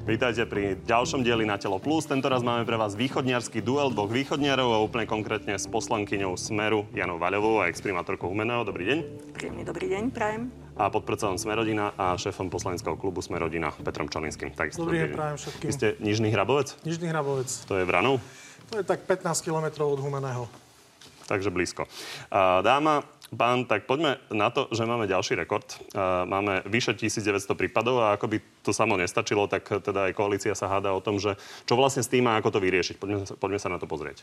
Vítajte pri ďalšom dieli Na telo plus. Tentoraz máme pre vás východniarsky duel dvoch východniarov a úplne konkrétne s poslankyňou Smeru Janou Vaľovou a exprimátorkou Humenného. Dobrý deň. Príjemný dobrý deň, prajem. A podpredsedom Smerodina a šéfom poslaneckého klubu Smerodina Petrom Čolinským. Dobrý deň, prajem všetkým. Vy ste Nižný Hrabovec? Nižný Hrabovec. To je Vranov? To je tak 15 kilometrov od Humenného. Takže blízko. Dáma, pán, tak poďme na to, že máme ďalší rekord. Máme vyše 1900 prípadov a ako by to samo nestačilo, tak teda aj koalícia sa háda o tom, že čo vlastne s tým a ako to vyriešiť. Poďme sa na to pozrieť.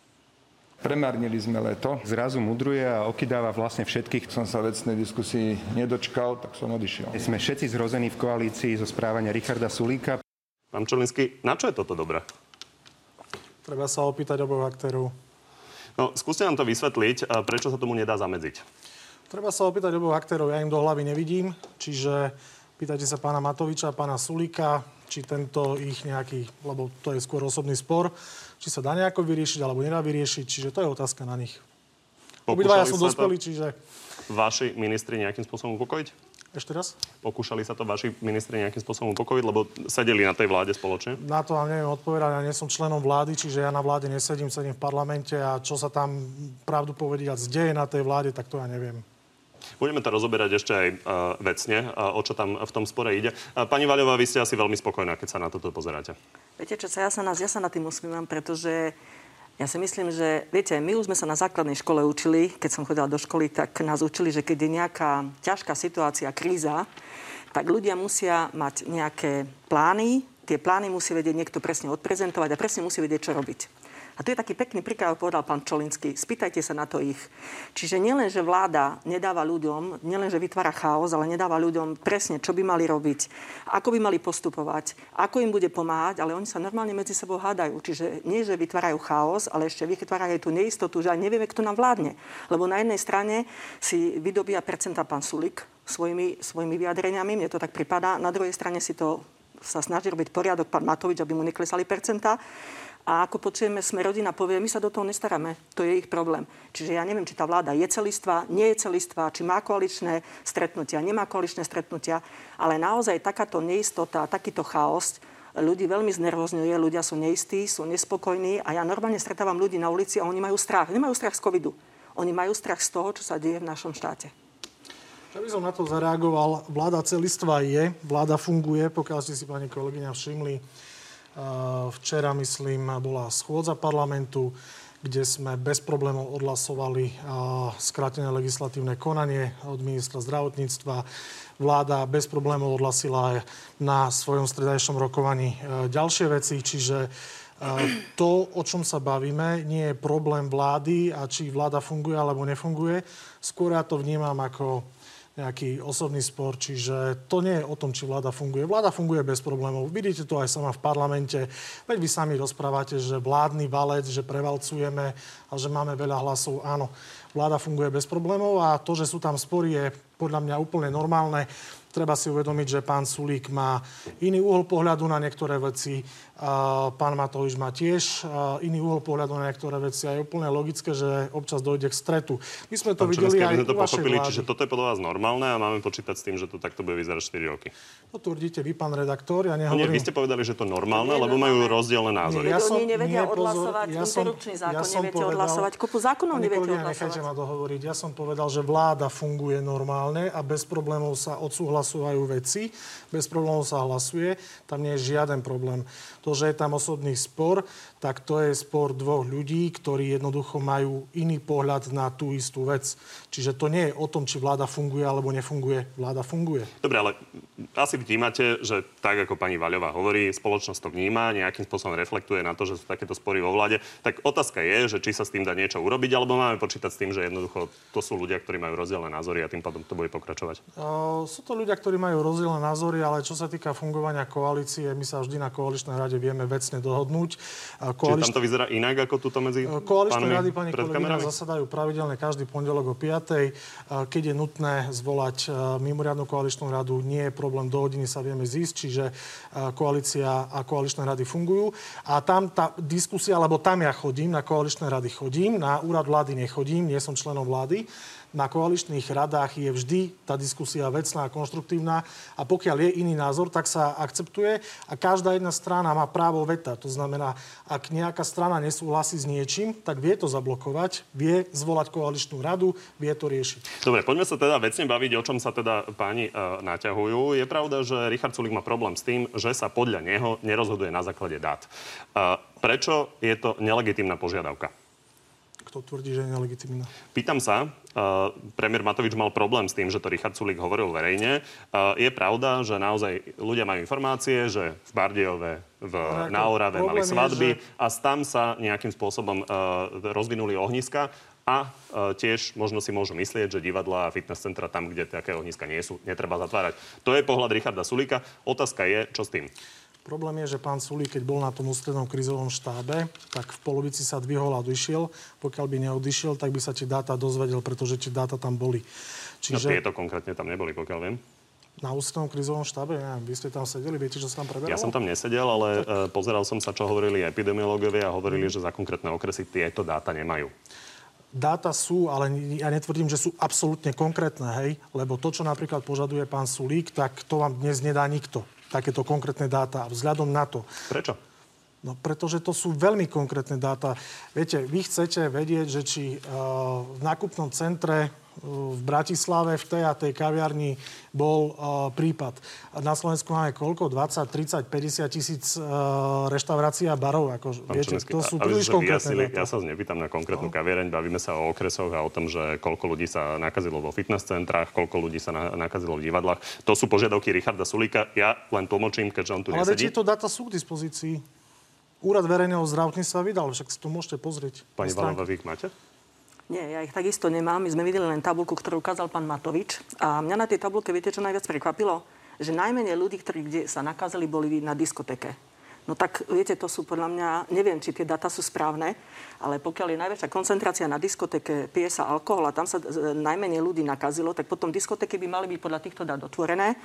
Premárnili sme leto. Zrazu mudruje a okydáva vlastne všetkých. Som sa vecnej diskusii nedočkal, tak som odišiel. Sme všetci zrození v koalícii zo správania Richarda Sulíka. Pán Čolinský, na čo je toto dobré? Treba sa opýtať oboch aktérov. No, skúste nám to vysvetliť, prečo sa tomu nedá zamedziť. Treba sa opýtať oboch aktérov, ja im do hlavy nevidím, čiže pýtajte sa pána Matoviča, pána Sulíka, či tento ich nejaký, lebo to je skôr osobný spor, či sa dá nejako vyriešiť, alebo nedá vyriešiť, čiže to je otázka na nich. Obidvaja sú dospelí, čiže... Vaši ministri nejakým spôsobom upokojiť? Ešte raz? Pokúšali sa to vaši ministri nejakým spôsobom upokojiť, lebo sedeli na tej vláde spoločne? Na to vám neviem odpovedať, ja nie som členom vlády, čiže ja na vláde nesedím, sedím v parlamente a čo sa tam pravdu povediac deje na tej vláde, tak to ja neviem. Budeme to rozoberať ešte aj vecne, o čo tam v tom spore ide. Pani Vaľová, vy ste asi veľmi spokojná, keď sa na toto pozeráte. Viete čo, ja sa nad tým usmievam, pretože ja si myslím, že, viete, my už sme sa na základnej škole učili, keď som chodila do školy, tak nás učili, že keď je nejaká ťažká situácia, kríza, tak ľudia musia mať nejaké plány, tie plány musí vedieť niekto presne odprezentovať a presne musí vedieť, čo robiť. A tu je taký pekný príklad, povedal pán Čolinský. Spýtajte sa na to ich. Čiže nielen, že vláda nedáva ľuďom, nielen, že vytvára chaos, ale nedáva ľuďom presne, čo by mali robiť, ako by mali postupovať, ako im bude pomáhať, ale oni sa normálne medzi sebou hádajú. Čiže nie, že vytvárajú chaos, ale ešte vytvárajú aj tú neistotu, že aj nevieme, kto nám vládne. Lebo na jednej strane si vydobíja percenta pán Sulík svojimi vyjadreniami, mne to tak pripadá. Na druhej strane si to sa snaží robiť poriadok pán Matovič, aby mu neklesali percentá. A ako počujeme, Smerodina povie, my sa do toho nestaráme. To je ich problém. Čiže ja neviem, či tá vláda je celistvá, nie je celistvá, či má koaličné stretnutia, nemá koaličné stretnutia. Ale naozaj takáto neistota, takýto chaos ľudí veľmi znervozňuje. Ľudia sú neistí, sú nespokojní a ja normálne stretávam ľudí na ulici a oni majú strach. Nemajú strach z covidu. Oni majú strach z toho, čo sa deje v našom štáte. Ja by som na to zareagoval. Vláda celistvá je, vláda funguje, pokiaľ ste si, pani kolegyňa, všimli. Včera, myslím, bola schôdza parlamentu, kde sme bez problémov odhlasovali skrátené legislatívne konanie od ministra zdravotníctva. Vláda bez problémov odhlasila aj na svojom stredajšom rokovaní ďalšie veci, čiže to, o čom sa bavíme, nie je problém vlády a či vláda funguje alebo nefunguje. Skôr ja to vnímam ako nejaký osobný spor, čiže to nie je o tom, či vláda funguje. Vláda funguje bez problémov. Vidíte to aj sama v parlamente. Veď vy sami rozprávate, že vládny valec, že prevalcujeme a že máme veľa hlasov. Áno, vláda funguje bez problémov a to, že sú tam spory, je podľa mňa úplne normálne. Treba si uvedomiť, že pán Sulík má iný uhol pohľadu na niektoré veci. Pán Matovič má tiež iný uhol pohľadu na niektoré veci. A je úplne logické, že občas dojde k stretu. My sme to videli aj u vašej vlády. Čiže toto je podľa vás normálne a máme počítať s tým, že to takto bude vyzerať 4 roky. To tvrdíte vy, pán redaktor. Ja nehovorím... Nie, vy ste povedali, že to normálne, lebo majú rozdielne názory. Oni nevedia odhlasovať interrupčný zákon, neviete odhlasovať. Kopu zákonov neviete odhlasovať. Nechajte ma dohovoriť. Ja som povedal, že vláda funguje normálne a bez problémov sa odsúhlasujú veci. Bez problémov sa hlasuje. Tam nie je žiaden problém. To, že je tam osobný spor, tak to je spor dvoch ľudí, ktorí jednoducho majú iný pohľad na tú istú vec. Čiže to nie je o tom, či vláda funguje alebo nefunguje. Vláda funguje. Dobre, ale asi vnímate, že tak, ako pani Vaľová hovorí, spoločnosť to vníma, nejakým spôsobom reflektuje na to, že sú takéto spory vo vláde. Tak otázka je, že či sa s tým dá niečo urobiť, alebo máme počítať s tým, že jednoducho to sú ľudia, ktorí majú rozdielne názory a tým pádom to bude pokračovať. Sú to ľudia, ktorí majú rozdielne názory, ale čo sa týka fungovania koalície, my sa vždy na koaličnej rade vieme vecne dohodnúť. Čiže tam to vyzerá inak ako tuto medzi koaličné rady, pani kolegyňa, zasadajú pravidelne každý pondelok o 5:00. Keď je nutné zvolať mimoriadnu koaličnú radu, nie je problém, do hodiny sa vieme zísť, čiže koalícia a koaličné rady fungujú. A tam tá diskusia, lebo tam ja chodím, na koaličné rady chodím, na úrad vlády nechodím, nie som členom vlády. Na koaličných radách je vždy tá diskusia vecná a konštruktívna a pokiaľ je iný názor, tak sa akceptuje a každá jedna strana má právo veta. To znamená, ak nejaká strana nesúhlasí s niečím, tak vie to zablokovať, vie zvolať koaličnú radu, vie to riešiť. Dobre, poďme sa teda vecne baviť, o čom sa teda páni naťahujú. Je pravda, že Richard Sulík má problém s tým, že sa podľa neho nerozhoduje na základe dát. Prečo je to nelegitímna požiadavka? Kto tvrdí, že je nelegitímna? Pýtam sa, premiér Matovič mal problém s tým, že to Richard Sulík hovoril verejne. Je pravda, že naozaj ľudia majú informácie, že v Bardejove, na Orave mali svadby a tam sa nejakým spôsobom rozvinuli ohniska a tiež možno si môžu myslieť, že divadlá a fitness centra tam, kde také ohniska nie sú, netreba zatvárať. To je pohľad Richarda Sulíka. Otázka je, čo s tým? Problém je, že pán Sulík, keď bol na tom ústrednom krízovom štábe, tak v polovici sa dvihol a odišiel. Pokiaľ by neodišiel, tak by sa tie dáta dozvedel, pretože tie dáta tam boli. Čiže... No tieto konkrétne tam neboli, pokiaľ viem. Na ústrednom krízovom štábe? Neviem, vy ste tam sedeli, viete, čo sa tam preberalo? Ja som tam nesedel, ale pozeral som sa, čo hovorili epidemiológovia a hovorili, že za konkrétne okresy tieto dáta nemajú. Dáta sú, ale ja netvrdím, že sú absolútne konkrétne, hej? Lebo to, čo napríklad požaduje pán Sulík, tak to vám dnes nedá nikto. Takéto konkrétne dáta. A vzhľadom na to... Prečo? No, pretože to sú veľmi konkrétne dáta. Viete, vy chcete vedieť, že či v nákupnom centre v Bratislave v tej a tej kaviarni bol prípad. Na Slovensku máme koľko? 20, 30, 50 tisíc reštaurácií a barov. Viete, to sú príliš konkrétne dáta. Ja sa nepýtam na konkrétnu kaviareň, bavíme sa o okresoch a o tom, že koľko ľudí sa nakazilo vo fitness centrách, koľko ľudí sa nakazilo v divadlách. To sú požiadavky Richarda Sulíka. Ja len tlmočím, keďže on tu nesedí. Ale tieto dáta sú k dispozícii. Úrad verejného zdravotníctva vydal, však si to môžete pozrieť. Pani Valová, vy ich máte? Nie, ja ich takisto nemám. My sme videli len tabuľku, ktorú ukázal pán Matovič. A mňa na tej tabuľke, viete, čo najviac prekvapilo? Že najmenej ľudí, ktorí kde sa nakázali, boli na diskotéke. No tak, viete, to sú podľa mňa, neviem, či tie dáta sú správne, ale pokiaľ je najväčšia koncentrácia na diskotéke, pije sa alkohol a tam sa najmenej ľudí nakazilo, tak potom diskotéky by mali byť podľa týchto dát otvorené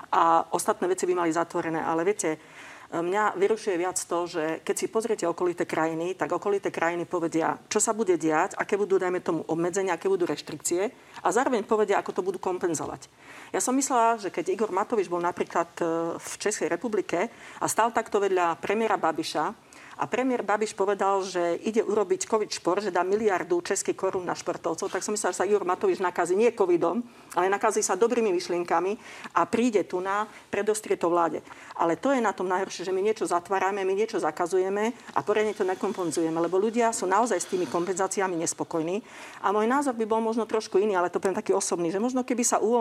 a ostatné veci by mali zatvorené. Ale viete, mňa vyrušuje viac to, že keď si pozriete okolité krajiny, tak okolité krajiny povedia, čo sa bude diať, aké budú, dajme tomu, obmedzenia, aké budú reštrikcie a zároveň povedia, ako to budú kompenzovať. Ja som myslela, že keď Igor Matovič bol napríklad v Českej republike a stál takto vedľa premiéra Babiša, a premiér Babiš povedal, že ide urobiť covid šport, že dá miliardu českých korún na športovcov, tak som myslela, že sa Igor Matovič nakazí nie covidom, ale nakazí sa dobrými myšlienkami a príde tu na predostrie to vláde. Ale to je na tom najhoršie, že my niečo zatvárame, my niečo zakazujeme a poriadne to nekompenzujeme, lebo ľudia sú naozaj s tými kompenzáciami nespokojní. A môj názor by bol možno trošku iný, ale to poviem taký osobný, že možno keby sa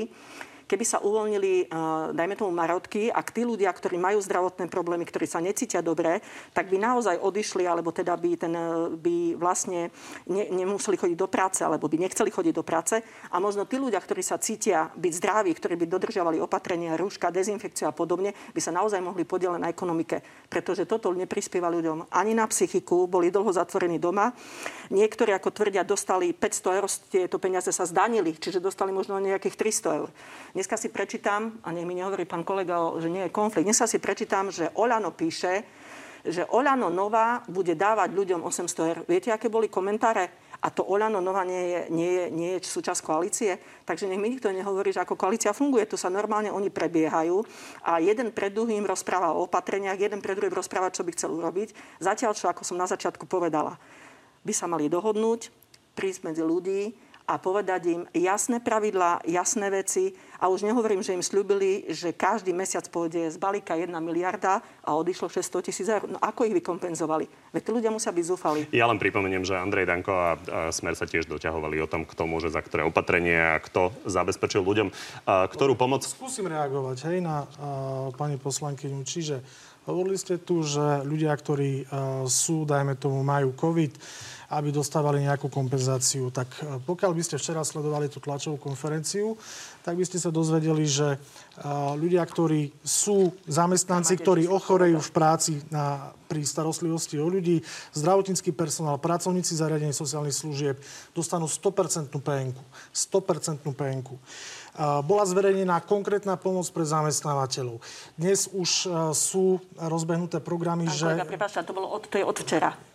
uvoľnili, dajme tomu marotky, ak tí ľudia, ktorí majú zdravotné problémy, ktorí sa necítia dobre, tak by naozaj odišli, alebo teda by vlastne nemuseli chodiť do práce, alebo by nechceli chodiť do práce. A možno tí ľudia, ktorí sa cítia byť zdraví, ktorí by dodržiavali opatrenia, rúška, dezinfekciu a podobne, by sa naozaj mohli podieľať na ekonomike. Pretože toto neprispieva ľuďom ani na psychiku, boli dlho zatvorení doma. Niektorí, ako tvrdia, dostali 500 eur, tieto peniaze sa zdanili, čiže dostali možno nejakých 300 eur. Dneska si prečítam, a nech mi nehovorí pán kolega, že nie je konflikt, dneska si prečítam, že Oľano píše, že Oľano Nová bude dávať ľuďom 800 eur. Viete, aké boli komentáre? A to Oľano Nová nie je súčasť koalície. Takže nech mi nikto nehovorí, že ako koalícia funguje. To sa normálne oni prebiehajú. A jeden pred druhým rozpráva o opatreniach, jeden pred druhým rozpráva, čo by chcel urobiť. Zatiaľ, čo, ako som na začiatku povedala, by sa mali dohodnúť, prísť medzi ľudí a povedať im jasné pravidlá, jasné veci. A už nehovorím, že im sľúbili, že každý mesiac pôjde z balíka 1 miliarda a odišlo 600 000 eur. No ako ich vykompenzovali? Veď tí ľudia musia byť zúfali. Ja len pripomeniem, že Andrej Danko a Smer sa tiež doťahovali o tom, kto môže za ktoré opatrenie a kto zabezpečil ľuďom ktorú pomoc. Skúsim reagovať, hej, na pani poslankyňu. Čiže hovorili ste tu, že ľudia, ktorí sú, dajme tomu, majú COVID, aby dostávali nejakú kompenzáciu. Tak pokiaľ by ste včera sledovali tú tlačovú konferenciu, tak by ste sa dozvedeli, že ľudia, ktorí sú zamestnanci, ktorí ochorejú v práci pri starostlivosti o ľudí, zdravotnícky personál, pracovníci zariadení sociálnych služieb dostanú 100% PN-ku. 100% PN-ku. Bola zverejnená konkrétna pomoc pre zamestnávateľov. Dnes už sú rozbehnuté programy, Kolega, prepáčte, to je od včera.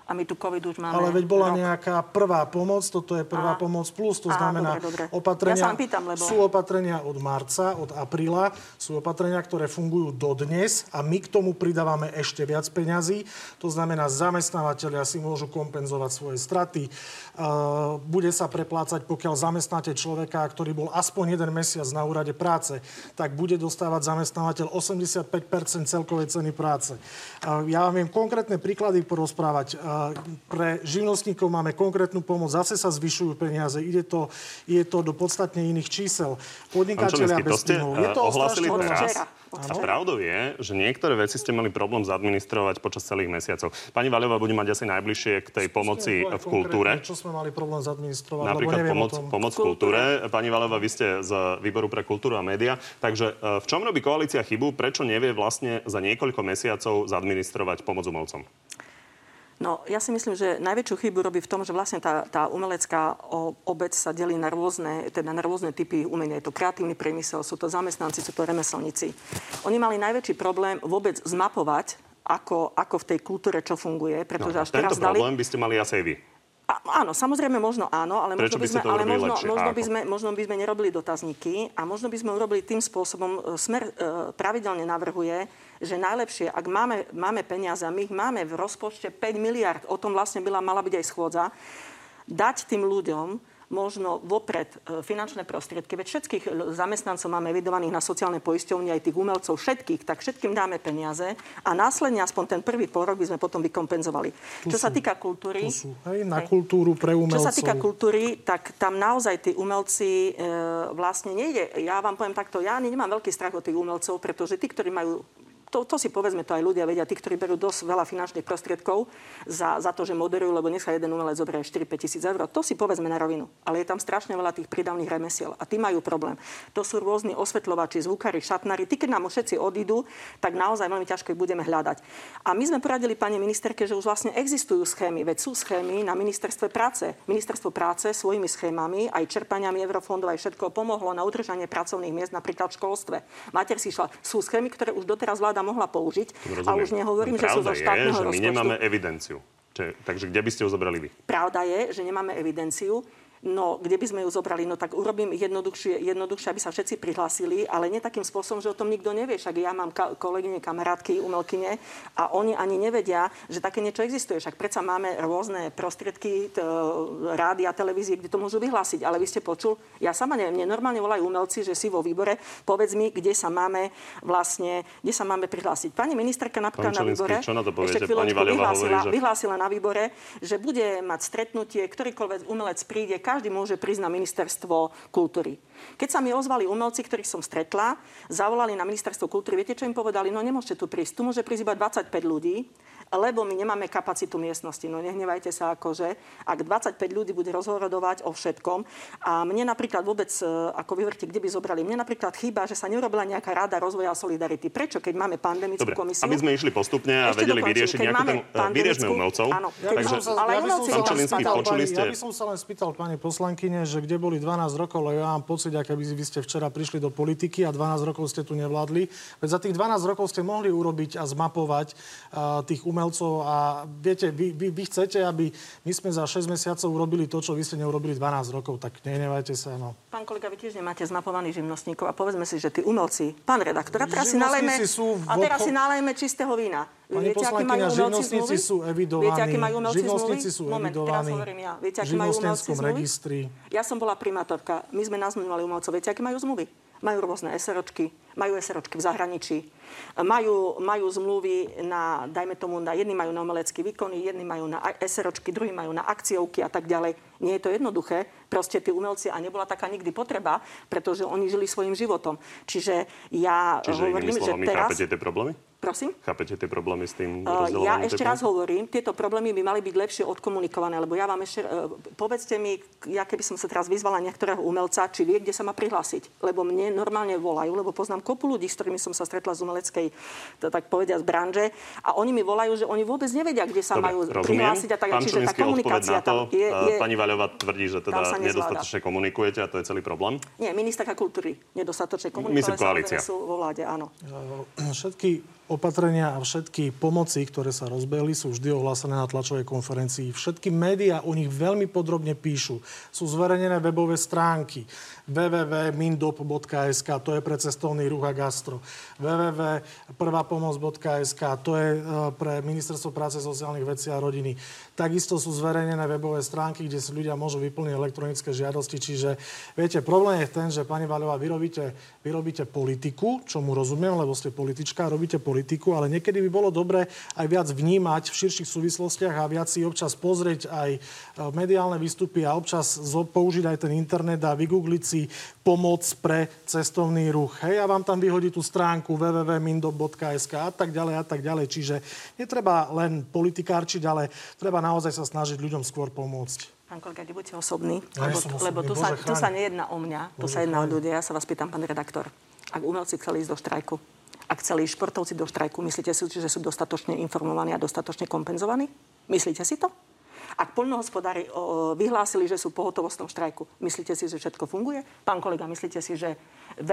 A my tu COVID už máme. Ale veď bola nejaká prvá pomoc, toto je prvá pomoc plus, to znamená dobre. opatrenia, Ja sa vám pýtam, lebo... sú opatrenia od marca, od apríla, sú opatrenia, ktoré fungujú dodnes a my k tomu pridávame ešte viac peňazí. To znamená, zamestnávateľia si môžu kompenzovať svoje straty. Bude sa preplácať, pokiaľ zamestnáte človeka, ktorý bol aspoň 1 mesiac na úrade práce, tak bude dostávať zamestnávateľ 85% celkovej ceny práce. Ja vám viem konkrétne príklady porozprávať. Pre živnostníkov máme konkrétnu pomoc, zase sa zvyšujú peniaze, ide to do podstatne iných čísel. Podnikatelia bez príjmov. Je to ohlasili teraz. A pravdou je, že niektoré veci ste mali problém zadministrovať počas celých mesiacov. Pani Vaľová bude mať asi najbližšie k tej pomoci v kultúre. Čo sme mali problém zadministrovať? Napríklad pomoc v kultúre. Pani Vaľová, vy ste z Výboru pre kultúru a média. Takže v čom robí koalícia chybu? Prečo nevie vlastne za niekoľko mesiacov zadministrovať pomoc umelcom? No, ja si myslím, že najväčšiu chybu robí v tom, že vlastne tá umelecká obec sa delí na rôzne typy umenia. Je to kreatívny priemysel, sú to zamestnanci, sú to remeselníci. Oni mali najväčší problém vôbec zmapovať, ako v tej kultúre čo funguje, pretože až teraz tento problém by ste mali asi aj vy. Áno, samozrejme možno áno, ale možno by sme nerobili dotazníky a možno by sme urobili tým spôsobom, Smer pravidelne navrhuje, že najlepšie, ak máme peniaze, my ich máme v rozpočte 5 miliard, o tom vlastne mala byť aj schôdza, dať tým ľuďom možno vopred finančné prostriedky. Veď všetkých zamestnancov máme evidovaných na sociálne poisťovni, aj tých umelcov, všetkých, tak všetkým dáme peniaze a následne aspoň ten prvý pôrok by sme potom vykompenzovali. Čo sa týka kultúry... na kultúru pre umelcov. Čo sa týka kultúry, tak tam naozaj tí umelci vlastne nejde. Ja vám poviem takto, ja nemám veľký strach od tých umelcov, pretože tí, ktorí majú... To si povedzme, to aj ľudia vedia, tí, ktorí berú dosť veľa finančných prostriedkov za to, že moderujú, lebo dnes sa jeden umelec zoberie 4-5 tisíc eur. To si povedzme na rovinu. Ale je tam strašne veľa tých prídavných remesiel a tí majú problém. To sú rôzni osvetľovači, zvukári, šatnári. Tí, keď nám všetci odídu, tak naozaj veľmi ťažko ich budeme hľadať. A my sme poradili pani ministerke, že už vlastne existujú schémy. Veď sú schémy na ministerstve práce. Ministerstvo práce svojimi schémami, aj čerpaniami eurofondov, aj všetko pomohlo na udržanie pracovných miest, napríklad v školstve. Sú schémy, ktoré už doteraz vláda mohla použiť. A už nehovorím, že sú zo štátneho rozpočtu. My nemáme evidenciu. Takže kde by ste ju zobrali vy? Pravda je, že nemáme evidenciu. No, kde by sme ju zobrali? No tak urobím jednoduchšie, aby sa všetci prihlásili, ale nie takým spôsobom, že o tom nikto nevie. Však ja mám kolegyne, kamarátky, umelkyne a oni ani nevedia, že také niečo existuje. Však predsa máme rôzne prostriedky, rádia, televízie, kde to môžu vyhlásiť. Ale vy ste počul, ja sama neviem, mne normálne volajú umelci, že si vo výbore, povedz mi, kde sa máme prihlásiť. Pani ministerka napríklad na výbore, čo na to poviete? Pani Vaľová vyhlásila na výbore, že bude mať stretnutie, ktorýkoľvek umelec príde, každý môže prísť na ministerstvo kultúry. Keď sa mi ozvali umelci, ktorých som stretla, zavolali na ministerstvo kultúry, viete, čo im povedali? No nemôžete tu prísť. Tu môže prísť iba 25 ľudí, lebo my nemáme kapacitu miestnosti. No nehnevajte sa, akože, ak 25 ľudí bude rozhodovať o všetkom. A mne napríklad vôbec, ako vy hovoríte, kde by zobrali, mne napríklad chýba, že sa nerobila nejaká rada rozvoja solidarity. Prečo, keď máme pandemickú komisiu? Aby sme išli postupne a vedeli vyriešiť nejakú ten... Vyriešme umelcov. Áno. Ja by som sa len spýtal pani poslankyne, že kde boli 12 rokov, lebo ja mám pocit, aké vy ste včera prišli do politiky a 12 rokov ste tu nevládli. Veď za tých 12 rokov ste mohli urobiť a zmapovať tých umelcov a viete, vy chcete, aby my sme za 6 mesiacov urobili to, čo vy ste neurobili 12 rokov, tak nehnevajte sa, no. Pán kolega, vy tiež nemáte zmapovaných živnostníkov a povedzme si, že tí umelci, pán redaktor, a teraz si nalejme čistého vína. Pani poslankyňa, živnostníci sú evidovaní. Viete, akí majú umelci Živnostníci sú evidovaní Viete, akí majú umelci zmluvy? registri. Ja som bola primátorka. My sme nazmluvali umelcov. Viete, akí majú zmluvy? Majú rôzne SROčky, majú SROčky v zahraničí, majú zmluvy na, dajme tomu, jedni majú na umelecké výkony, jedni majú na SROčky, druhí majú na akciovky a tak ďalej. Nie je to jednoduché. Proste tí umelci, a nebola taká nikdy potreba, pretože oni žili svojím životom. Čiže ja hovorím, že teraz... Chápete tie problémy? Prosím? Chápete tie problémy s tým rozdeľovaním? Ja ešte raz hovorím, tieto problémy by mali byť lepšie odkomunikované, lebo ja vám ešte... povedzte mi, ja keby som sa teraz vyzvala niektorého umelca, či vie, kde sa má prihlásiť. Lebo mne normálne volajú, lebo poznám kopu ľudí, s ktorými som sa stretla z umeleckej, tak povedia, z branže, a oni mi volajú, že oni vôbec nevedia, kde sa majú prihlásiť a tak. Čiže tá komunikácia tam je... Pani Vaľová tvrdí, že teda nedostatočne komunikujete a to je celý problém? Nie, ministerka kultúry nedostatočne komunikuje, koalícia. sú vo vláde, áno. Všetky opatrenia a všetky pomoci, ktoré sa rozbehli, sú vždy ohlásené na tlačovej konferencii. Všetky médiá o nich veľmi podrobne píšu. Sú zverejnené webové stránky www.mindop.sk, to je pre cestovný ruch a gastro. www.prvapomoc.sk, to je pre Ministerstvo práce, sociálnych vecí a rodiny. Takisto sú zverejnené webové stránky, kde si ľudia môžu vyplniť elektronické žiadosti. Čiže, viete, problém je ten, že pani Vaľová, vy robíte politiku, čomu rozumiem, lebo ste politička, robíte politiku, ale niekedy by bolo dobré aj viac vnímať v širších súvislostiach a viac si občas pozrieť aj mediálne výstupy a občas použiť aj ten internet a vygoogliť si pomoc pre cestovný ruch. Hej, a vám tam vyhodí tú stránku www.mindop.sk a tak ďalej. Čiže netreba len politikárčiť, ale treba naozaj sa snažiť ľuďom skôr pomôcť. Pán kolega, nebuďte osobný, Ja lebo tu sa nejedná o mňa, tu sa jedná o ľudia. Ja sa vás pýtam, pán redaktor, ak umelci chceli ísť do štrajku, ak chceli športovci do štrajku, myslíte si, že sú dostatočne informovaní a dostatočne kompenzovaní? Myslíte si to? Ak poľnohospodári vyhlásili, že sú v pohotovostnom štrajku, myslíte si, že všetko funguje? Pán kolega, myslíte si, že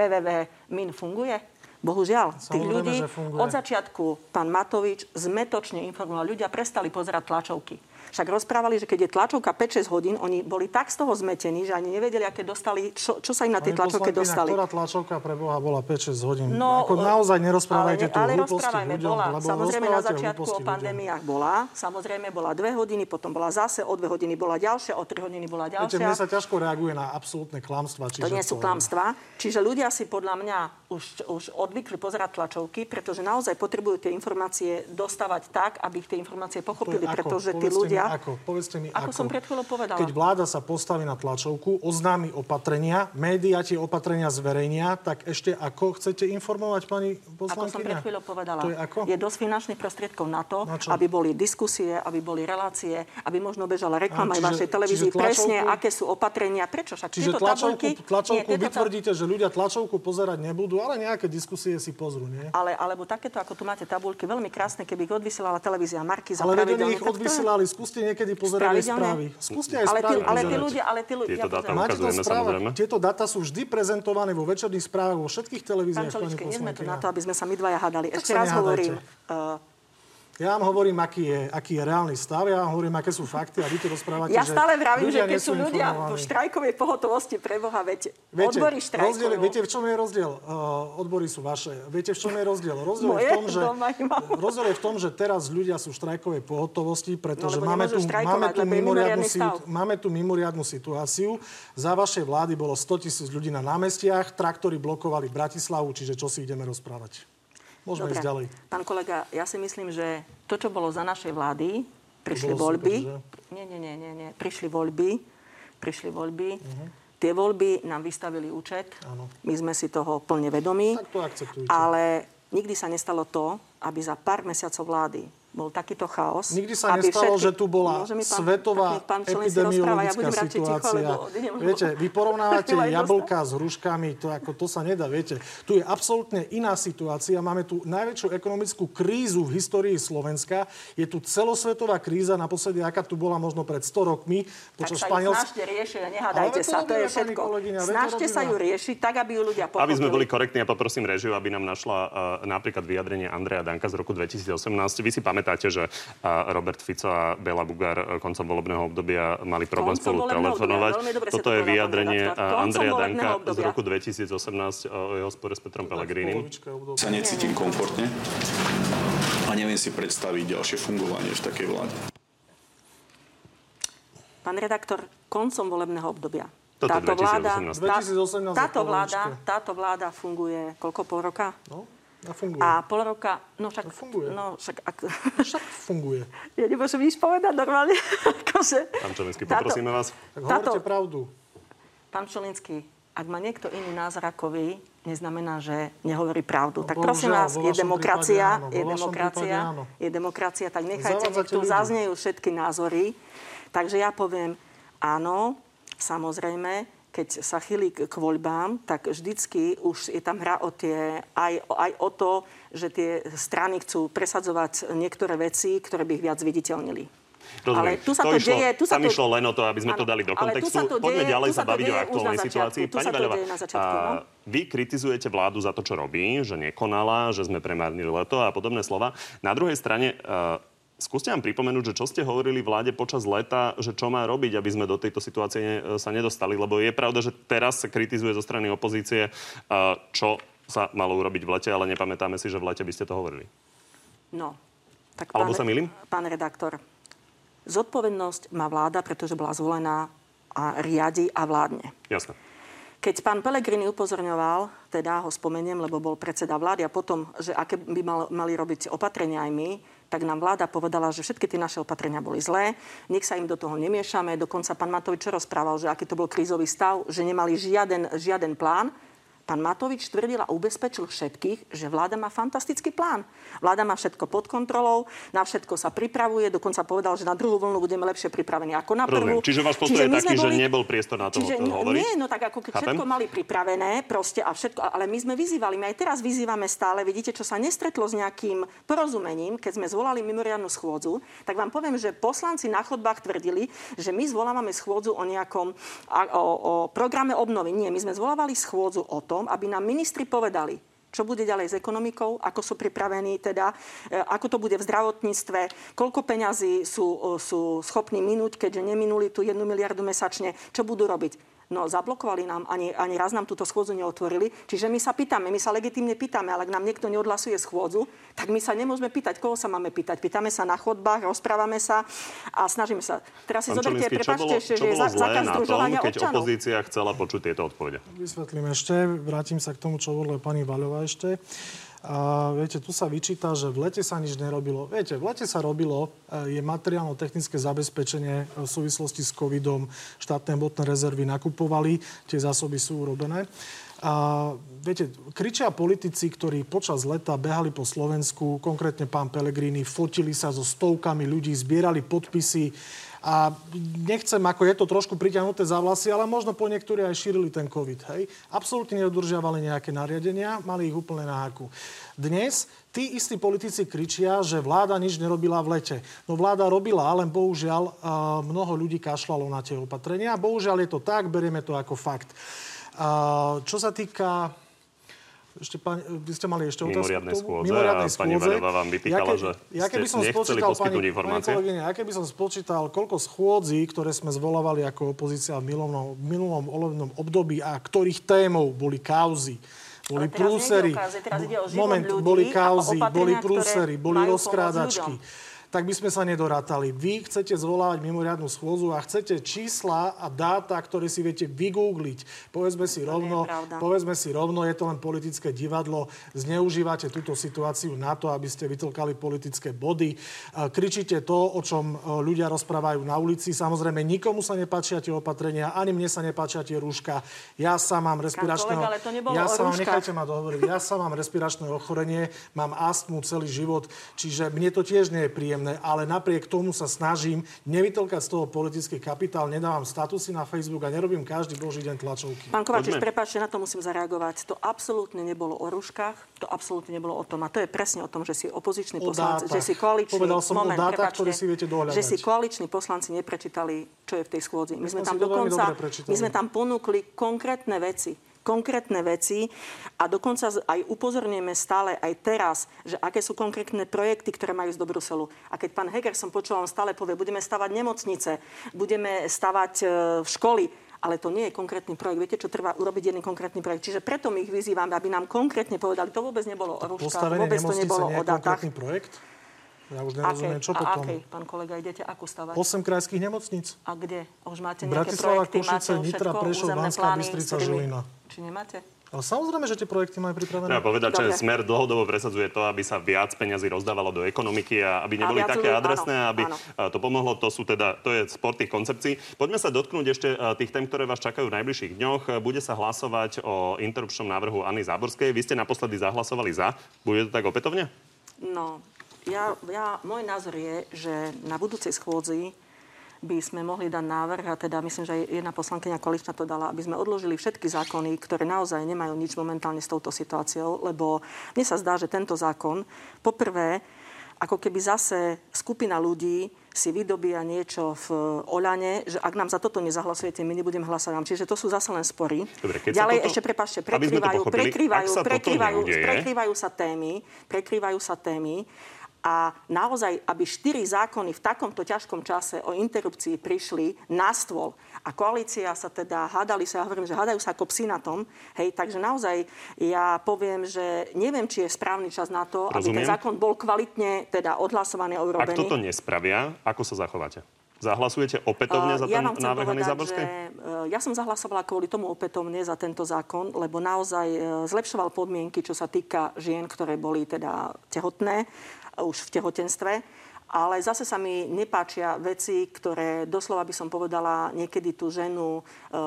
www.min funguje? Bohužiaľ, tých ľudí od začiatku pán Matovič zmetočne informoval. Ľudia prestali pozerať tlačovky. Však rozprávali, že keď je tlačovka 5-6 hodín, oni boli tak z toho zmetení, že ani nevedeli, aké dostali, čo sa im na tej tlačovke dostali. Ktorá tlačovka pre Boha bola 5-6 hodín? No, ako naozaj nerozprávajte tu hlúposti ľuďom. Samozrejme na začiatku o pandémiách bola. Samozrejme bola 2 hodiny, potom bola zase, o 2 hodiny bola ďalšia, o 3 hodiny bola ďalšia. Viete, mne sa ťažko reaguje na absolútne klamstvá. To nie sú klamstvá. Čiže ľudia si podľa mňa už odvykli pozerať tlačovky, pretože naozaj potrebujú tie informácie dostávať tak, aby tie informácie pochopili, pretože tí ľudia... Povedzte mi, ako som pred chvíľou povedala. Keď vláda sa postaví na tlačovku, oznámi opatrenia, médiá tie opatrenia zverejnia, tak ešte ako chcete informovať, pani poslankyňa? Ako som pred chvíľou povedala. To je ako? Je dosť finančných prostriedkov na to, aby boli diskusie, aby boli relácie, aby možno bežala reklama aj vašej televízii. Presne, aké sú opatrenia. Prečo však tieto tabulky... Tlačovku vy tvrdíte, že ľudia tlačovku pozerať nebudú, ale nejaké diskusie si pozrú, nie? Alebo takéto, ako tu máte tabulky, veľmi krásne, keby ich odvysielala televízia Markíza. Ale vedeli ich odvysielali, skúste niekedy pozerať aj správy. Skúste aj správy. Ale tí ľudia... Tieto dáta ukazujeme samozrejme. Tieto dáta sú vždy prezentované vo večerných správach, vo všetkých televíziách. Pán Čoličke, nie sme tu na to, aby sme sa my dvaja hádali. Ešte raz hovorím... Ja vám hovorím, aký je reálny stav, ja vám hovorím, aké sú fakty a vy tu rozprávate, ja stále vravím, že keď sú ľudia vo štrajkovej pohotovosti, pre Boha, viete, odbory štrajkujú. Viete, v čom je rozdiel? Odbory sú vaše. Viete, v čom je rozdiel? Rozdiel je v tom, že teraz ľudia sú v štrajkovej pohotovosti, pretože máme tu mimoriadnu situáciu. Za vašej vlády bolo 100 000 ľudí na námestiach, traktory blokovali Bratislavu, čiže čo si ideme rozprávať? Môžeme ísť ďalej. Pán kolega, ja si myslím, že to, čo bolo za našej vlády, prišli voľby. Nie. Prišli voľby. Tie voľby nám vystavili účet. Áno. My sme si toho plne vedomí. Tak to akceptujte. Ale nikdy sa nestalo to, aby za pár mesiacov vlády bol takýto chaos. Nikdy sa nestalo, že tu bola svetová epidemiologická situácia. Viete, vy porovnávate jablká s hruškami, to sa nedá, viete. Tu je absolútne iná situácia. Máme tu najväčšiu ekonomickú krízu v histórii Slovenska. Je tu celosvetová kríza, naposledy, aká tu bola možno pred 100 rokmi. Tak sa ich snažte riešiť a nehádajte sa. To je všetko. Snažte sa ju riešiť tak, aby ju ľudia pochopili. Aby sme boli korektní, ja poprosím režiu, aby nám našla napríklad vyjadrenie Andreja Danka z roku 2018. Vy si pamätáte, že Robert Fico a Béla Bugár koncom volebného obdobia mali problém spolu telefonovať. Toto je vyjadrenie Andreja Danka z roku 2018 o jeho spore s Petrom Pellegrinim. Sa necítim komfortne a neviem si predstaviť ďalšie fungovanie v takej vláde. Pán redaktor, koncom volebného obdobia. Táto vláda funguje koľko, pol roka? No. A funguje. A pol roka, funguje. Však funguje. Ja nemôžem nič povedať normálne. Pán Čolinský, poprosíme vás. Tak hovorte pravdu. Pán Čolinský, ak má niekto iný názor ako vy, neznamená, že nehovorí pravdu. Tak prosím vás, je demokracia, tak nechajte, nech tu zaznejú všetky názory. Takže ja poviem, áno, samozrejme, keď sa chýli k voľbám, tak vždycky už je tam hra aj o to, že tie strany chcú presadzovať niektoré veci, ktoré by ich viac viditeľnili. Rozumiem. Ale tu sa to deje... Tam išlo len o to, aby sme to dali do kontextu. Poďme ďalej sa baviť o aktuálnej situácii. Pani Vaľová, vy kritizujete vládu za to, čo robí, že nekonala, že sme premárnili leto a podobné slova. Na druhej strane, skúste nám pripomenúť, že čo ste hovorili vláde počas leta, že čo má robiť, aby sme do tejto situácie sa nedostali. Lebo je pravda, že teraz sa kritizuje zo strany opozície, čo sa malo urobiť v lete, ale nepamätáme si, že v lete by ste to hovorili. No, tak alebo sa milím? Pán redaktor, zodpovednosť má vláda, pretože bola zvolená a riadi a vládne. Jasné. Keď pán Pellegrini upozorňoval, teda ho spomeniem, lebo bol predseda vlády a potom, že aké by mali robiť opatrenia aj my, tak nám vláda povedala, že všetky tie naše opatrenia boli zlé, nech sa im do toho nemiešame. Dokonca pán Matovič čo rozprával, že aký to bol krízový stav, že nemali žiaden plán. Pán Matovič tvrdil a ubezpečil všetkých, že vláda má fantastický plán. Vláda má všetko pod kontrolou, na všetko sa pripravuje, dokonca povedal, že na druhú vlnu budeme lepšie pripravení ako na prvú. Čiže váš postoj je taký, že nebol priestor na to hovoriť? Nie, no tak ako keď všetko mali pripravené, proste a všetko, ale my sme vyzývali, my aj teraz vyzývame stále, vidíte, čo sa nestretlo s nejakým porozumením, keď sme zvolali mimoriadnu schôdzu, tak vám poviem, že poslanci na chodbách tvrdili, že my zvolávame schôdzu o nejakom o programe obnovy. Nie, my sme zvolávali schôdzu o tom, aby nám ministri povedali, čo bude ďalej s ekonomikou, ako sú pripravení, teda, ako to bude v zdravotníctve, koľko peňazí sú schopní minúť, keďže neminuli tú 1 miliardu mesačne, čo budú robiť. No, zablokovali nám, ani raz nám túto schôdzu neotvorili. Čiže my sa pýtame, my sa legitímne pýtame, ale ak nám niekto neodhlasuje schôdzu, tak my sa nemôžeme pýtať, koho sa máme pýtať. Pýtame sa na chodbách, rozprávame sa a snažíme sa. Teraz si zoberte, prepáčte ešte, že je zákaz združovania občanov. Keď opozícia chcela počuť tieto odpovede? Vysvetlím ešte, vrátim sa k tomu, čo hovorila pani Vaľová ešte. A viete, tu sa vyčíta, že v lete sa nič nerobilo. Viete, v lete sa robilo, je materiálno-technické zabezpečenie v súvislosti s covidom, štátne hmotné rezervy nakupovali, tie zásoby sú urobené. A viete, kričia politici, ktorí počas leta behali po Slovensku, konkrétne pán Pellegrini, fotili sa so stovkami ľudí, zbierali podpisy. A nechcem, ako je to trošku priťahnuté za vlasy, ale možno po niektorí aj šírili ten COVID. Hej? Absolútne nedodržiavali nejaké nariadenia, mali ich úplne na háku. Dnes tí istí politici kričia, že vláda nič nerobila v lete. No vláda robila, ale bohužiaľ mnoho ľudí kašľalo na tie opatrenia. Bohužiaľ je to tak, berieme to ako fakt. Čo sa týka... vy ste mali ešte otázku? Mimoriadnej schôdze. Pani Vaľová vám vytýkala, že ste nechceli poskytnúť informácie. Aké by som spočítal, koľko schôdzí, ktoré sme zvolávali ako opozícia v minulom volebnom období a ktorých témou boli kauzy, boli prúsery. Boli kauzy, boli prúsery, boli rozkrádačky. Tak by sme sa nedorátali. Vy chcete zvolávať mimoriadnu schôdzu a chcete čísla a dáta, ktoré si viete vygoogliť. Povedzme si rovno, je to len politické divadlo. Zneužívate túto situáciu na to, aby ste vytlkali politické body. Kričíte to, o čom ľudia rozprávajú na ulici. Samozrejme, nikomu sa nepáčia tie opatrenia, ani mne sa nepáčia tie rúška. Ja sám mám respiračné ochorenie, mám astmu celý život, čiže mne to tiež nie je príjemné. Ale napriek tomu sa snažím nevytlkať z toho politický kapitál, nedávam statusy na Facebook a nerobím každý boží deň tlačovky. Pán Kovačič, prepáčte, na to musím zareagovať. To absolútne nebolo o rúškach, to absolútne nebolo o tom. A to je presne o tom, že si opozičný poslanci, že si koaliční... Povedal som o dátach, ktoré si viete dohľadať. Že si koaliční poslanci neprečítali, čo je v tej schôdzi. My sme tam ponúkli konkrétne veci a dokonca aj upozorňujeme stále aj teraz, že aké sú konkrétne projekty, ktoré majú ísť do Bruselu. A keď pán Heger, som počula, on stále povie, budeme stavať nemocnice, budeme stavať školy, ale to nie je konkrétny projekt. Viete, čo trvá urobiť jeden konkrétny projekt? Čiže preto my ich vyzývame, aby nám konkrétne povedali, to vôbec nebolo o rúškach, vôbec to nebolo o dátach. Konkrétny projekt? Ja už nerozumiem, čo potom. A akej, pán kolega, idete akú stavať? 8 krajských nemocníc. A kde? Už máte nejaké Bratislava, projekty, Košice, máte Nitra, Prešov, Banská Bystrica, Žilina. Či nemáte? Ale samozrejme, že tie projekty majú pripravené. Ja povedať, že Smer dlhodobo presadzuje to, aby sa viac peňazí rozdávalo do ekonomiky a aby neboli také adresné, aby to pomohlo. To je sport tých koncepcií. Poďme sa dotknúť ešte tých tém, ktoré vás čakajú v najbližších dňoch. Bude sa hlasovať o interrupčnom návrhu Anny Záborskej. Vy ste naposledy zahlasovali za. Bude to tak opätovne? No, môj názor je, že na budúcej schôdzi by sme mohli dať návrh, a teda myslím, že aj jedna poslankyňa koaličná to dala, aby sme odložili všetky zákony, ktoré naozaj nemajú nič momentálne s touto situáciou, lebo mne sa zdá, že tento zákon poprvé ako keby zase skupina ľudí si vydobíja niečo v Oľane, že ak nám za toto nezahlasujete, my nebudeme hlasovať. Čiže to sú zase len spory. Dobre, ďalej ešte, prepáčte, prekrývajú sa témy. A naozaj, aby 4 zákony v takomto ťažkom čase o interrupcii prišli na stôl a koalícia sa teda ja hovorím, že hádajú sa ako psi na tom, hej, takže naozaj ja poviem, že neviem, či je správny čas na to, aby ten zákon bol kvalitne teda odhlasovaný a urobený. Ak toto nespravia, ako sa zachováte? Zahlasujete opätovne za ten návrh Hany Záborskej? Ja som zahlasovala kvôli tomu opätovne za tento zákon, lebo naozaj zlepšoval podmienky, čo sa týka žien, ktoré boli teda tehotné, už v tehotenstve. Ale zase sa mi nepáčia veci, ktoré doslova by som povedala, niekedy tú ženu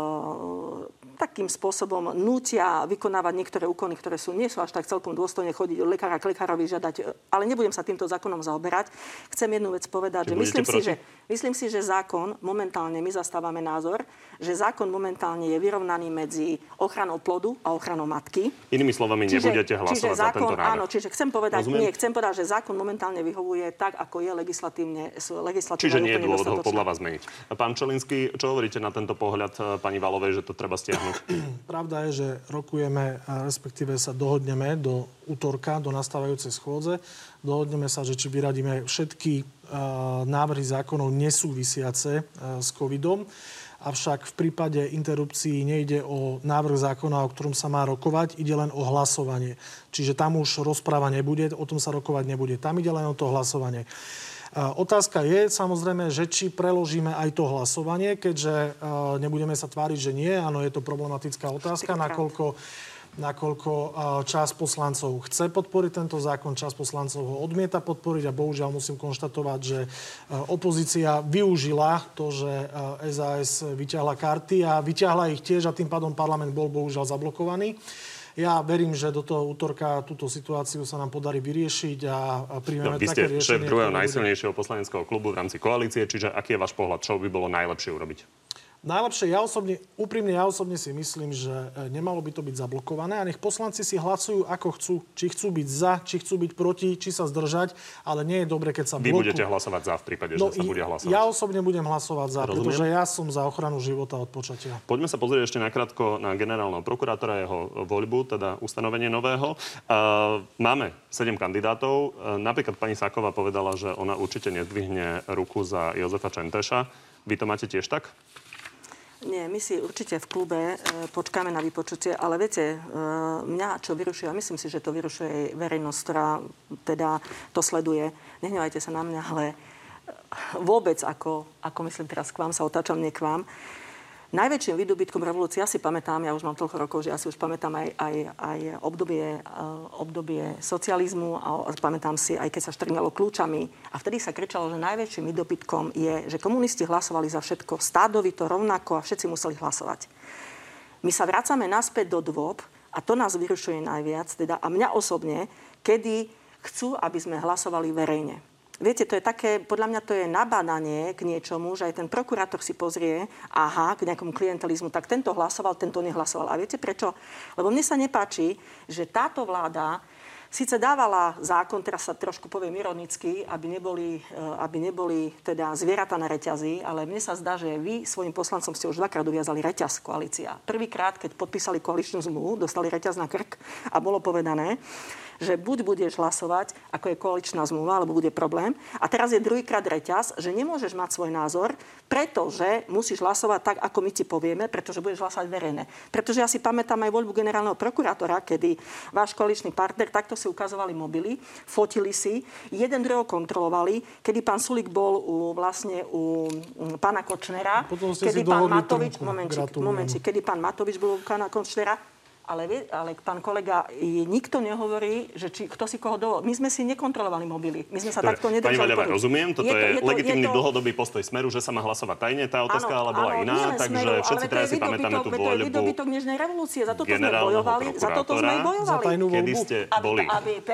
takým spôsobom nútia vykonávať niektoré úkony, ktoré nie sú až tak celkom dôstojne chodiť od lekára k lekárovi žiadať. Ale nebudem sa týmto zákonom zaoberať. Chcem jednu vec povedať, že myslím si, že zákon, momentálne my zastávame názor, že zákon momentálne je vyrovnaný medzi ochranou plodu a ochranou matky. Inými slovami, nebudete hlasovať za tento návrh. Áno, čiže chcem povedať, že zákon momentálne vyhovuje tak, ako je legislatívne. Čiže nie je dôvod ho podľa vás zmeniť. Pán Čelinský, čo hovoríte na tento pohľad pani Valovej, že to treba stiahnuť? Pravda je, že rokujeme, respektíve sa dohodneme do utorka, do nastávajúcej schôdze. Dohodneme sa, že či vyradíme všetky návrhy zákonov nesúvisiace s covidom. Avšak v prípade interrupcií nejde o návrh zákona, o ktorom sa má rokovať, ide len o hlasovanie. Čiže tam už rozpráva nebude, o tom sa rokovať nebude. Tam ide len o to hlasovanie. Otázka je samozrejme, že či preložíme aj to hlasovanie, keďže nebudeme sa tváriť, že nie. Áno, je to problematická otázka, nakoľko časť poslancov chce podporiť tento zákon, časť poslancov ho odmieta podporiť a bohužiaľ musím konštatovať, že opozícia využila to, že SAS vyťahla karty a vyťahla ich tiež a tým pádom parlament bol bohužiaľ zablokovaný. Ja verím, že do toho útorka túto situáciu sa nám podarí vyriešiť a príjmeme také riešenie. Vy ste šéf druhého najsilnejšieho poslaneckého klubu v rámci koalície, čiže aký je váš pohľad? Čo by bolo najlepšie urobiť? Najlepšie, ja osobne si myslím, že nemalo by to byť zablokované a nech poslanci si hlasujú ako chcú. Či chcú byť za, či chcú byť proti, či sa zdržať, ale nie je dobre, keď sa blokujú. Vy budete hlasovať za v prípade, že sa bude hlasovať? Ja osobne budem hlasovať za, pretože ja som za ochranu života od počatia. Poďme sa pozrieť ešte nakrátko na generálneho prokurátora, jeho voľbu, teda ustanovenie nového. Máme 7 kandidátov. Napríklad pani Sáková povedala, že ona určite nezdvihne ruku za Jozefa Čenteša. Vy to máte tiež tak? Nie, my si určite v klube počkáme na vypočutie, ale viete, mňa čo vyrušuje, a myslím si, že to vyrušuje aj verejnosť, ktorá teda to sleduje. Nehnevajte sa na mňa, ale vôbec, ako myslím teraz k vám, sa otáčam, nie k vám. Najväčším výdobytkom revolúcie, ja si pamätám, ja už mám toľko rokov, že ja si už pamätám aj obdobie socializmu a pamätám si, aj keď sa štrngalo kľúčami. A vtedy sa kričalo, že najväčším výdobytkom je, že komunisti hlasovali za všetko stádovito, rovnako a všetci museli hlasovať. My sa vracame naspäť do dôb a to nás vyrušuje najviac, teda a mňa osobne, kedy chcú, aby sme hlasovali verejne. Viete, to je také, podľa mňa to je nabádanie k niečomu, že aj ten prokurátor si pozrie, k nejakomu klientelizmu, tak tento hlasoval, tento nehlasoval. A viete prečo? Lebo mne sa nepáči, že táto vláda síce dávala zákon, teraz sa trošku poviem ironicky, aby neboli teda zvieratá na reťazi, ale mne sa zdá, že vy svojim poslancom ste už dvakrát uviazali reťaz koalícia. Prvýkrát, keď podpísali koaličnú zmluvu, dostali reťaz na krk a bolo povedané, že buď budeš hlasovať, ako je koaličná zmluva, alebo bude problém. A teraz je druhýkrát reťaz, že nemôžeš mať svoj názor, pretože musíš hlasovať tak, ako my ti povieme, pretože budeš hlasovať verejne. Pretože ja si pamätám aj voľbu generálneho prokurátora, kedy váš koaličný partner, takto si ukazovali mobily, fotili si, jeden druhého kontrolovali, kedy pán Sulík bol u pána Kočnera, kedy pán Matovič, kedy pán Matovič bol u pána Kočnera. Ale pán kolega, nikto nehovorí, že kto si koho dovolil. My sme si nekontrolovali mobily. My sme sa takto nedržali. Pani Vaľová, rozumiem. Toto je legitímny dlhodobý postoj Smeru, že sa má hlasovať tajne. Tá otázka ale bola iná. Takže všetci teraz si pamätáme tú voľbu. To je výdobytok dnešnej revolúcie. Za toto sme bojovali. Za tajnú voľbu. Kedy ste boli?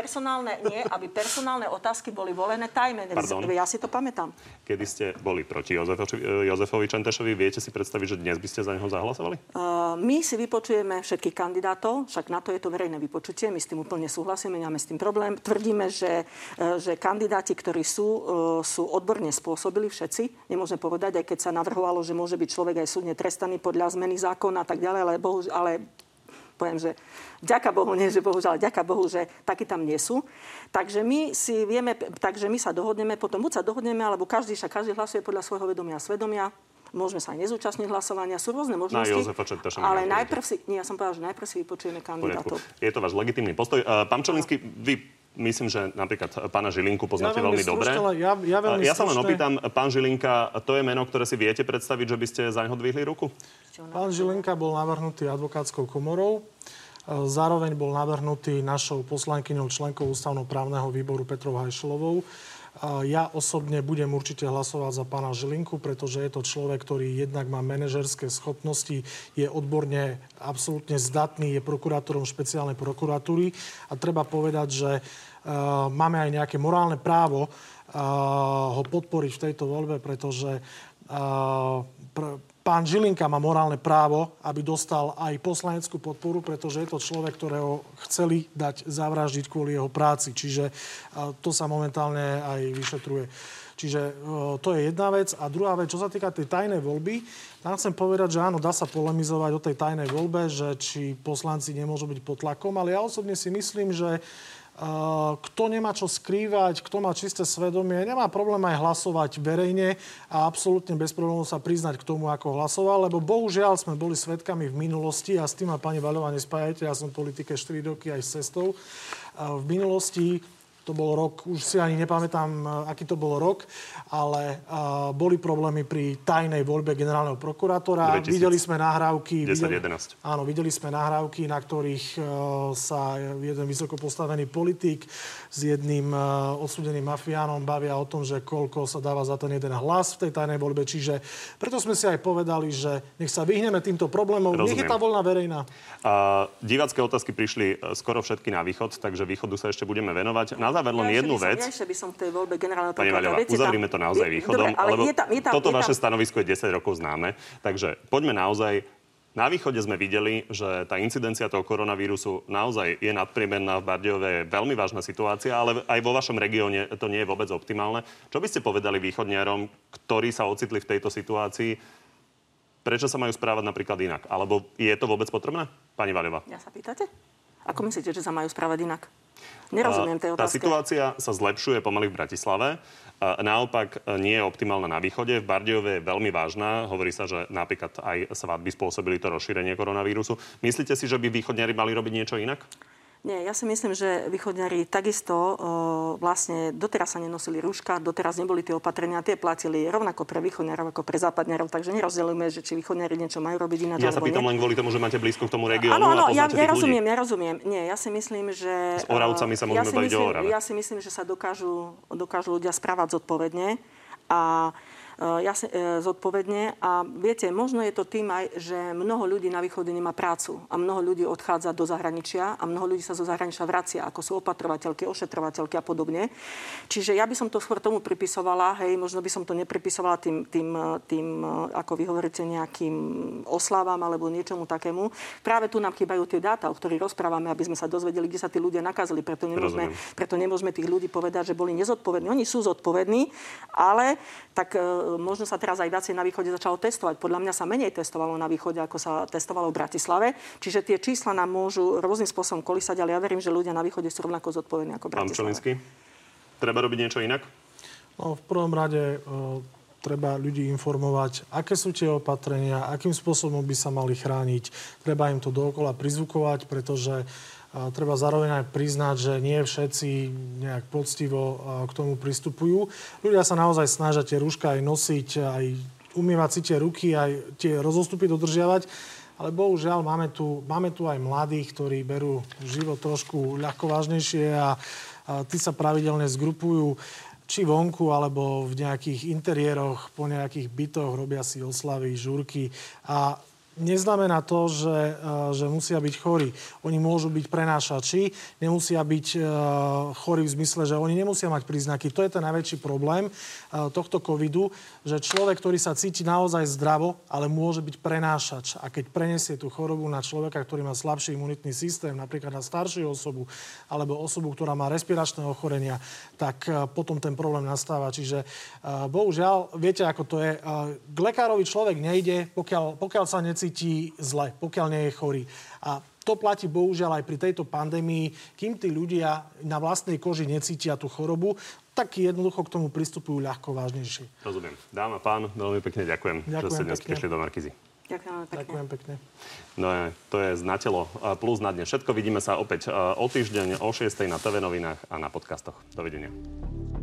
Aby personálne otázky boli volené tajne. Ja si to pamätám. Kedy ste boli proti Jozefovi Čentešovi, viete si predstaviť, že dnes by ste za neho zahlasovali? My si vypočujeme všetkých kandidátov. kandidátov, však na to je to verejné vypočutie, my s tým úplne súhlasíme, nemáme s tým problém. Tvrdíme, že kandidáti, ktorí sú odborne spôsobili všetci, nemôžeme povedať, aj keď sa navrhovalo, že môže byť človek aj súdne trestaný podľa zmeny zákona a tak ďalej, ale poviem, že vďaka Bohu, nie že bohužiaľ, vďaka Bohu, že takí tam nie sú. Takže my sa dohodneme, potom buď sa dohodneme, alebo každý hlasuje podľa svojho vedomia a svedomia. Môžeme sa aj nezúčastniť hlasovania, sú rôzne možnosti. Na Jozefa Čertaša. Ale ja som povedal, že najprv si vypočujeme kandidátov. Je to váš legitímny postoj. Pán Čolinský, vy myslím, že napríklad pána Žilinku poznáte veľmi dobre. Ja sa len opýtam, pán Žilinka, to je meno, ktoré si viete predstaviť, že by ste za neho dvihli ruku? Pán Žilinka bol navrhnutý advokátskou komorou. Zároveň bol navrhnutý našou poslankyňou, členkou ústavnoprávneho výboru Petrou Hajšelovou. Ja osobne budem určite hlasovať za pána Žilinku, pretože je to človek, ktorý jednak má manažerské schopnosti, je odborne absolútne zdatný, je prokurátorom špeciálnej prokuratúry a treba povedať, že máme aj nejaké morálne právo ho podporiť v tejto voľbe, pretože pán Žilinka má morálne právo, aby dostal aj poslaneckú podporu, pretože je to človek, ktorého chceli dať zavraždiť kvôli jeho práci. Čiže to sa momentálne aj vyšetruje. Čiže to je jedna vec. A druhá vec, čo sa týka tej tajnej voľby, tam chcem povedať, že áno, dá sa polemizovať o tej tajnej voľbe, že či poslanci nemôžu byť pod tlakom, ale ja osobne si myslím, že kto nemá čo skrývať, kto má čisté svedomie, nemá problém aj hlasovať verejne a absolútne bez problémov sa priznať k tomu, ako hlasoval, lebo bohužiaľ sme boli svedkami v minulosti a s tým ma pani Vaľová nespájajte, ja som v politike 4 roky aj s cestou. V minulosti to bol rok, už si ani nepamätám, aký to bol rok, ale boli problémy pri tajnej voľbe generálneho prokurátora. Videli sme nahrávky. 10-11. Áno, videli sme nahrávky, na ktorých sa jeden vysoko postavený politik s jedným odsúdeným mafiánom bavia o tom, že koľko sa dáva za ten jeden hlas v tej tajnej voľbe. Čiže preto sme si aj povedali, že nech sa vyhneme týmto problémom. Rozumiem. Nech je tá voľna verejná. Divácké otázky prišli skoro všetky na východ, takže východu sa ešte budeme venovať. Na záver len jednu vec. Ja by som v tej voľbe generálneho prokurátora. Pani Vaľová, uzavrime to naozaj východom, lebo toto vaše stanovisko je 10 rokov známe. Takže poďme naozaj. Na východe sme videli, že tá incidencia toho koronavírusu naozaj je nadpriemerná. V Bardejove je veľmi vážna situácia, ale aj vo vašom regióne to nie je vôbec optimálne. Čo by ste povedali východniarom, ktorí sa ocitli v tejto situácii? Prečo sa majú správať napríklad inak? Alebo je to vôbec potrebné? Pani Vaľová. Ja sa pýtate? Ako myslíte, že sa majú správať inak? Nerozumiem tej otázke. Tá situácia sa zlepšuje pomaly v Bratislave. Naopak nie je optimálna na východe. V Bardejove je veľmi vážna. Hovorí sa, že napríklad aj svadby spôsobili to rozšírenie koronavírusu. Myslíte si, že by východniari mali robiť niečo inak? Nie, ja si myslím, že východňari takisto vlastne doteraz sa nenosili rúška, doteraz neboli tie opatrenia, tie platili rovnako pre východňarov ako pre západňarov, takže nerozdeľujeme, že či východňari niečo majú robiť ináč. Ja sa pýtam len kvôli tomu, že máte blízko k tomu regiónu a poznáte tých ľudí. Ja rozumiem. Nie, ja si myslím, že s Oravcami sa môžeme baviť o Orave. Ja si myslím, že sa dokážu ľudia správať zodpovedne a zodpovedne. A viete, možno je to tým aj, že mnoho ľudí na východe nemá prácu a mnoho ľudí odchádza do zahraničia a mnoho ľudí sa zo zahraničia vracia, ako sú opatrovateľky, ošetrovateľky a podobne. Čiže ja by som to skôr tomu pripisovala, možno by som to nepripisovala tým ako vy hovoríte, nejakým oslavám alebo niečomu takému. Práve tu nám chýbajú tie dáta, o ktorých rozprávame, aby sme sa dozvedeli, kde sa tí ľudia nakazili. Preto nemôžeme tých ľudí povedať, že boli nezodpovední. Oni sú zodpovední, ale tak možno sa teraz aj viacej na východe začalo testovať. Podľa mňa sa menej testovalo na východe, ako sa testovalo v Bratislave. Čiže tie čísla nám môžu rôznym spôsobom kolísať, ale ja verím, že ľudia na východe sú rovnako zodpovední ako v Bratislave. Pán Čolinský, treba robiť niečo inak? No, v prvom rade treba ľudí informovať, aké sú tie opatrenia, akým spôsobom by sa mali chrániť. Treba im to dookola prizvukovať, pretože treba zároveň aj priznať, že nie všetci nejak poctivo k tomu pristupujú. Ľudia sa naozaj snažia tie rúška aj nosiť, aj umývať si tie ruky, aj tie rozostupy dodržiavať. Ale bohužiaľ máme tu aj mladých, ktorí berú život trošku ľahko vážnejšie a tí sa pravidelne zgrupujú či vonku, alebo v nejakých interiéroch, po nejakých bytoch, robia si oslavy, žúrky a neznamená to, že musia byť chorí. Oni môžu byť prenášači, nemusia byť chorí v zmysle, že oni nemusia mať príznaky. To je ten najväčší problém tohto covidu, že človek, ktorý sa cíti naozaj zdravo, ale môže byť prenášač. A keď prenesie tú chorobu na človeka, ktorý má slabší imunitný systém, napríklad na staršiu osobu, alebo osobu, ktorá má respiračné ochorenia, tak potom ten problém nastáva. Čiže bohužiaľ, viete, ako to je. K lekárovi človek nejde, pokiaľ sa necíti zle, pokiaľ nie je chorý. A to platí bohužiaľ aj pri tejto pandémii. Kým tí ľudia na vlastnej koži necítia tú chorobu, tak jednoducho k tomu pristupujú ľahko vážnejšie. Rozumiem. Dáma, pán, veľmi pekne ďakujem že ste dnes prišli do Markízy. Ďakujem pekne. No to je z Na telo plus na dne všetko. Vidíme sa opäť o týždeň o 6:00 na TV novinách a na podcastoch. Dovidenia.